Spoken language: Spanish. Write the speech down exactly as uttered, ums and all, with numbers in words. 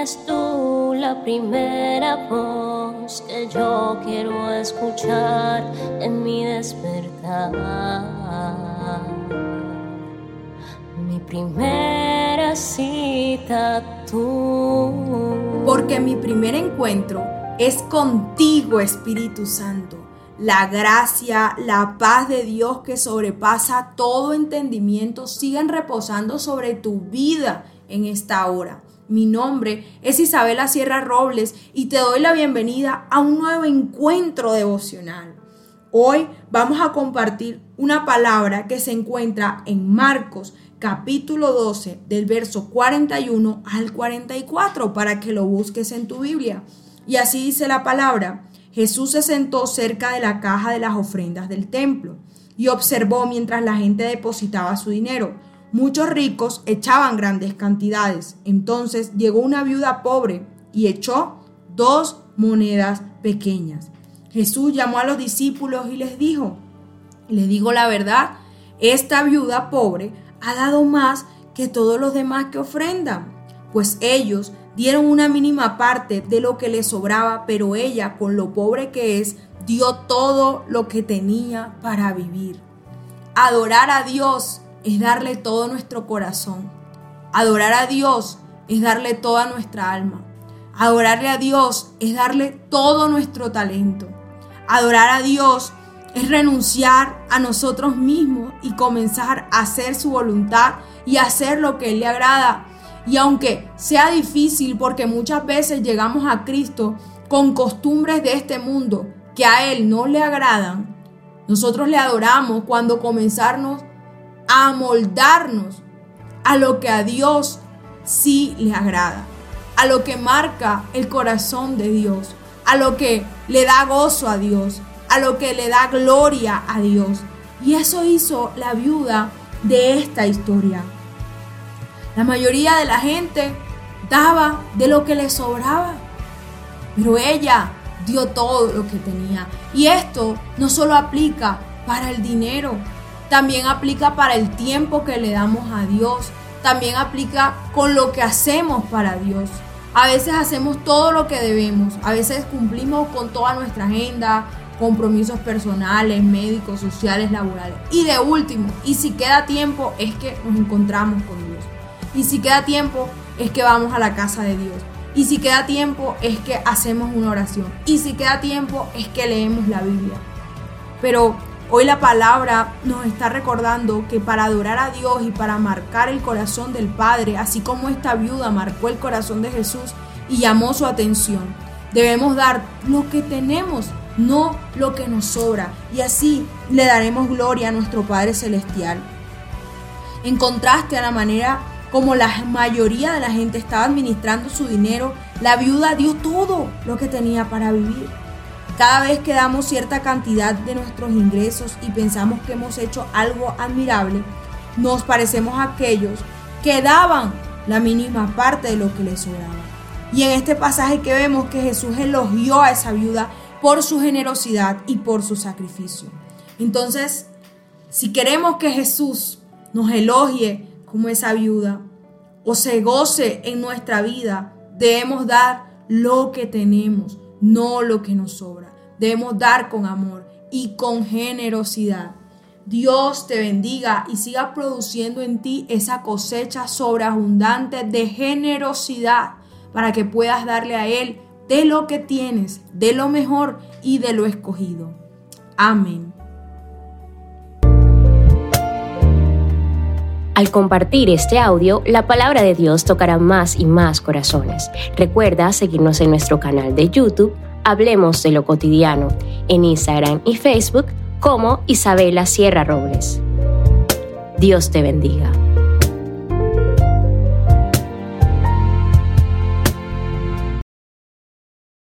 Eres tú la primera voz que yo quiero escuchar en mi despertar. Mi primera cita tú. Porque mi primer encuentro es contigo, Espíritu Santo. La gracia, la paz de Dios que sobrepasa todo entendimiento sigan reposando sobre tu vida en esta hora. Mi nombre es Isabela Sierra Robles y te doy la bienvenida a un nuevo encuentro devocional. Hoy vamos a compartir una palabra que se encuentra en Marcos capítulo doce del verso cuarenta y uno al cuarenta y cuatro para que lo busques en tu Biblia. Y así dice la palabra: Jesús se sentó cerca de la caja de las ofrendas del templo y observó mientras la gente depositaba su dinero. Muchos ricos echaban grandes cantidades. Entonces llegó una viuda pobre y echó dos monedas pequeñas. Jesús llamó a los discípulos y les dijo: les digo la verdad, esta viuda pobre ha dado más que todos los demás que ofrendan, pues ellos dieron una mínima parte de lo que les sobraba, pero ella, con lo pobre que es, dio todo lo que tenía para vivir. Adorar a Dios es darle todo nuestro corazón. Adorar a Dios es darle toda nuestra alma. Adorarle a Dios es darle todo nuestro talento. Adorar a Dios es renunciar a nosotros mismos y comenzar a hacer su voluntad y hacer lo que Él le agrada. Y aunque sea difícil, porque muchas veces llegamos a Cristo con costumbres de este mundo que a Él no le agradan, nosotros le adoramos cuando comenzamos a amoldarnos a lo que a Dios sí le agrada, a lo que marca el corazón de Dios, a lo que le da gozo a Dios, a lo que le da gloria a Dios. Y eso hizo la viuda de esta historia. La mayoría de la gente daba de lo que le sobraba, pero ella dio todo lo que tenía. Y esto no solo aplica para el dinero, también aplica para el tiempo que le damos a Dios, también aplica con lo que hacemos para Dios. A veces hacemos todo lo que debemos, a veces cumplimos con toda nuestra agenda, compromisos personales, médicos, sociales, laborales. Y de último, y si queda tiempo, es que nos encontramos con Dios. Y si queda tiempo, es que vamos a la casa de Dios. Y si queda tiempo, es que hacemos una oración. Y si queda tiempo, es que leemos la Biblia. Pero hoy la palabra nos está recordando que para adorar a Dios y para marcar el corazón del Padre, así como esta viuda marcó el corazón de Jesús y llamó su atención, debemos dar lo que tenemos, no lo que nos sobra. Y así le daremos gloria a nuestro Padre Celestial. En contraste a la manera como la mayoría de la gente estaba administrando su dinero, la viuda dio todo lo que tenía para vivir. Cada vez que damos cierta cantidad de nuestros ingresos y pensamos que hemos hecho algo admirable, nos parecemos a aquellos que daban la mínima parte de lo que les sobraba. Y en este pasaje que vemos que Jesús elogió a esa viuda por su generosidad y por su sacrificio. Entonces, si queremos que Jesús nos elogie como esa viuda o se goce en nuestra vida, debemos dar lo que tenemos, no lo que nos sobra. Debemos dar con amor y con generosidad. Dios te bendiga y siga produciendo en ti esa cosecha sobreabundante de generosidad para que puedas darle a Él de lo que tienes, de lo mejor y de lo escogido. Amén. Al compartir este audio, la palabra de Dios tocará más y más corazones. Recuerda seguirnos en nuestro canal de YouTube, Hablemos de lo Cotidiano, en Instagram y Facebook como Isabela Sierra Robles. Dios te bendiga.